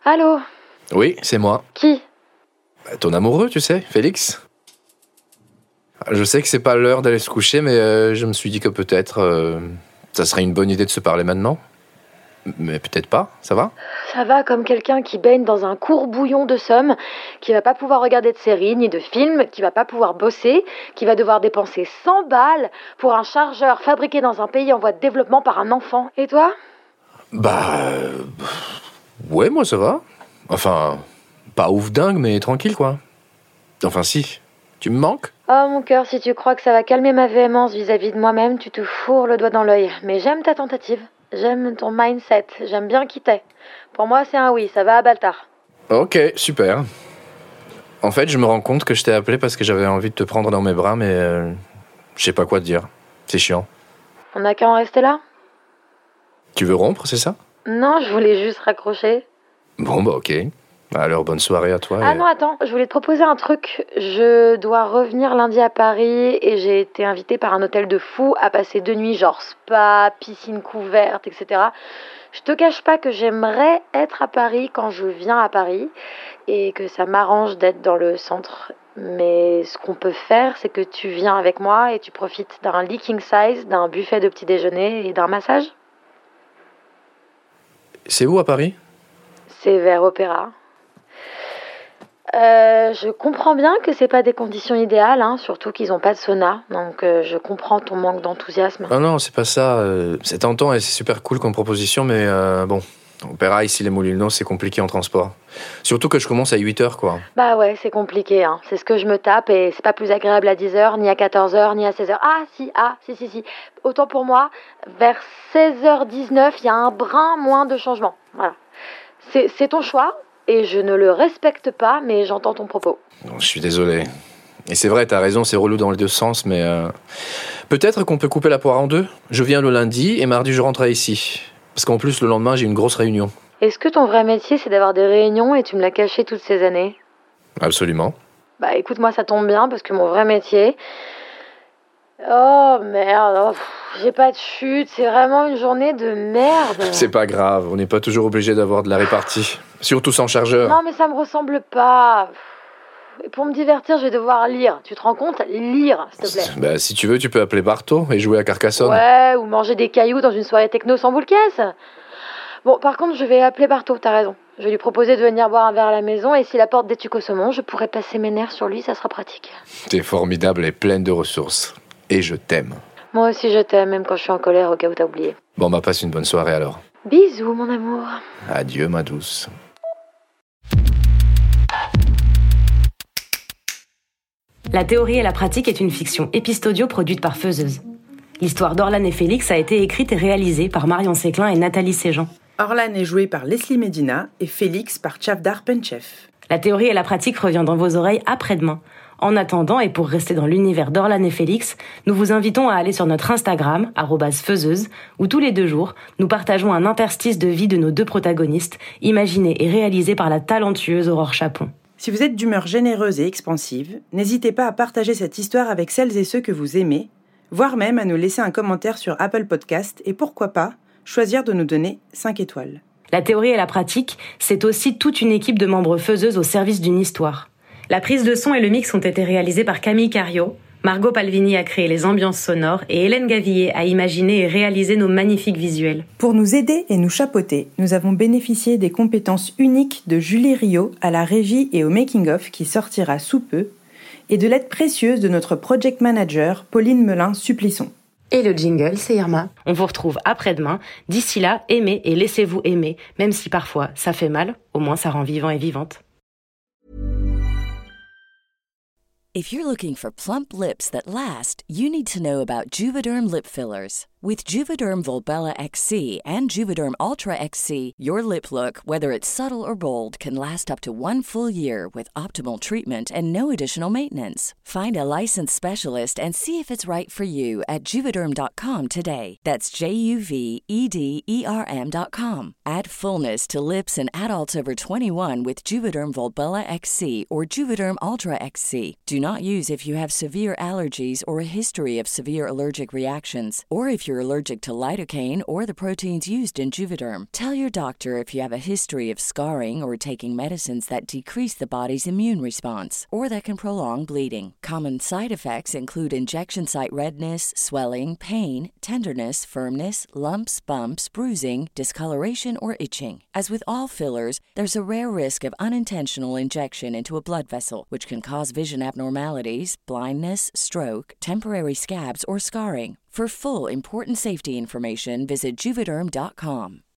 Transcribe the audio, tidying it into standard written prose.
Allô? Oui, c'est moi. Qui? Ton amoureux, tu sais, Félix. Je sais que c'est pas l'heure d'aller se coucher, mais je me suis dit que peut-être ça serait une bonne idée de se parler maintenant. Mais peut-être pas, ça va? Ça va comme quelqu'un qui baigne dans un courbouillon de sommes, qui va pas pouvoir regarder de séries ni de films, qui va pas pouvoir bosser, qui va devoir dépenser 100 balles pour un chargeur fabriqué dans un pays en voie de développement par un enfant. Et toi? Ouais, moi ça va. Enfin, pas ouf dingue, mais tranquille quoi. Enfin si, tu me manques? Oh mon cœur, si tu crois que ça va calmer ma véhémence vis-à-vis de moi-même, tu te fourres le doigt dans l'œil. Mais j'aime ta tentative. J'aime ton mindset, j'aime bien qui t'es. Pour moi, c'est un oui, ça va à Baltar. Ok, super. En fait, je me rends compte que je t'ai appelé parce que j'avais envie de te prendre dans mes bras, mais je sais pas quoi te dire. C'est chiant. On n'a qu'à en rester là? Tu veux rompre, c'est ça? Non, je voulais juste raccrocher. Bon, bah ok. Alors, bonne soirée à toi. Ah non, attends, je voulais te proposer un truc. Je dois revenir lundi à Paris et j'ai été invitée par un hôtel de fou à passer 2 nuits, genre spa, piscine couverte, etc. Je te cache pas que j'aimerais être à Paris quand je viens à Paris et que ça m'arrange d'être dans le centre. Mais ce qu'on peut faire, c'est que tu viens avec moi et tu profites d'un lit king size, d'un buffet de petit déjeuner et d'un massage. C'est où à Paris? C'est vers Opéra. Je comprends bien que c'est pas des conditions idéales, hein, surtout qu'ils ont pas de sauna, donc je comprends ton manque d'enthousiasme. Non, c'est pas ça. C'est tentant et c'est super cool comme proposition, mais bon, Opéra, ici, les Moulineaux, c'est compliqué en transport. Surtout que je commence à 8h, quoi. Bah ouais, c'est compliqué, hein. C'est ce que je me tape et c'est pas plus agréable à 10h, ni à 14h, ni à 16h. Si. Autant pour moi, vers 16h19, il y a un brin moins de changement. Voilà. C'est ton choix. Et je ne le respecte pas, mais j'entends ton propos. Non, je suis désolé. Et c'est vrai, t'as raison, c'est relou dans les deux sens, mais peut-être qu'on peut couper la poire en deux. Je viens le lundi et mardi je rentre ici. Parce qu'en plus, le lendemain, j'ai une grosse réunion. Est-ce que ton vrai métier, c'est d'avoir des réunions et tu me l'as caché toutes ces années? Absolument. Bah écoute, moi ça tombe bien parce que mon vrai métier... Oh merde, j'ai pas de chute, c'est vraiment une journée de merde. C'est pas grave, on n'est pas toujours obligé d'avoir de la répartie. Surtout sans chargeur. Non mais ça me ressemble pas. Et pour me divertir, je vais devoir lire. Tu te rends compte? Lire, s'il te plaît. Bah si tu veux, tu peux appeler Barto et jouer à Carcassonne. Ouais, ou manger des cailloux dans une soirée techno sans boule caisse. Bon, par contre, je vais appeler Barto, t'as raison. Je vais lui proposer de venir boire un verre à la maison et si la porte d'éthique au saumon, je pourrais passer mes nerfs sur lui, ça sera pratique. T'es formidable et pleine de ressources. Et je t'aime. Moi aussi je t'aime, même quand je suis en colère au cas où t'as oublié. Bon, bah passe une bonne soirée alors. Bisous, mon amour. Adieu, ma douce. La théorie et la pratique est une fiction épistodio produite par Faiseuse. L'histoire d'Orlan et Félix a été écrite et réalisée par Marion Séclin et Nathalie Séjean. Orlan est joué par Leslie Medina et Félix par Chavdar Penchev. La théorie et la pratique revient dans vos oreilles après-demain. En attendant, et pour rester dans l'univers d'Orlan et Félix, nous vous invitons à aller sur notre Instagram, @faiseuse, où tous les 2 jours, nous partageons un interstice de vie de nos 2 protagonistes, imaginé et réalisé par la talentueuse Aurore Chapon. Si vous êtes d'humeur généreuse et expansive, n'hésitez pas à partager cette histoire avec celles et ceux que vous aimez, voire même à nous laisser un commentaire sur Apple Podcast et pourquoi pas, choisir de nous donner 5 étoiles. La théorie et la pratique, c'est aussi toute une équipe de membres faiseuses au service d'une histoire. La prise de son et le mix ont été réalisés par Camille Cario, Margot Palvini a créé les ambiances sonores et Hélène Gavillier a imaginé et réalisé nos magnifiques visuels. Pour nous aider et nous chapeauter, nous avons bénéficié des compétences uniques de Julie Rio à la régie et au making-of qui sortira sous peu, et de l'aide précieuse de notre project manager Pauline Melin-Supplisson. Et le jingle, c'est Irma. On vous retrouve après-demain. D'ici là, aimez et laissez-vous aimer, même si parfois ça fait mal, au moins ça rend vivant et vivante. If you're looking for plump lips that last, you need to know about Juvederm lip fillers. With Juvederm Volbella XC and Juvederm Ultra XC, your lip look, whether it's subtle or bold, can last up to 1 full year with optimal treatment and no additional maintenance. Find a licensed specialist and see if it's right for you at Juvederm.com today. That's JUVEDERM.com. Add fullness to lips in adults over 21 with Juvederm Volbella XC or Juvederm Ultra XC. Do not use if you have severe allergies or a history of severe allergic reactions, or if you're you're allergic to lidocaine or the proteins used in Juvederm. Tell your doctor if you have a history of scarring or taking medicines that decrease the body's immune response or that can prolong bleeding. Common side effects include injection site redness, swelling, pain, tenderness, firmness, lumps, bumps, bruising, discoloration, or itching. As with all fillers, there's a rare risk of unintentional injection into a blood vessel, which can cause vision abnormalities, blindness, stroke, temporary scabs, or scarring. For full, important safety information, visit Juvederm.com.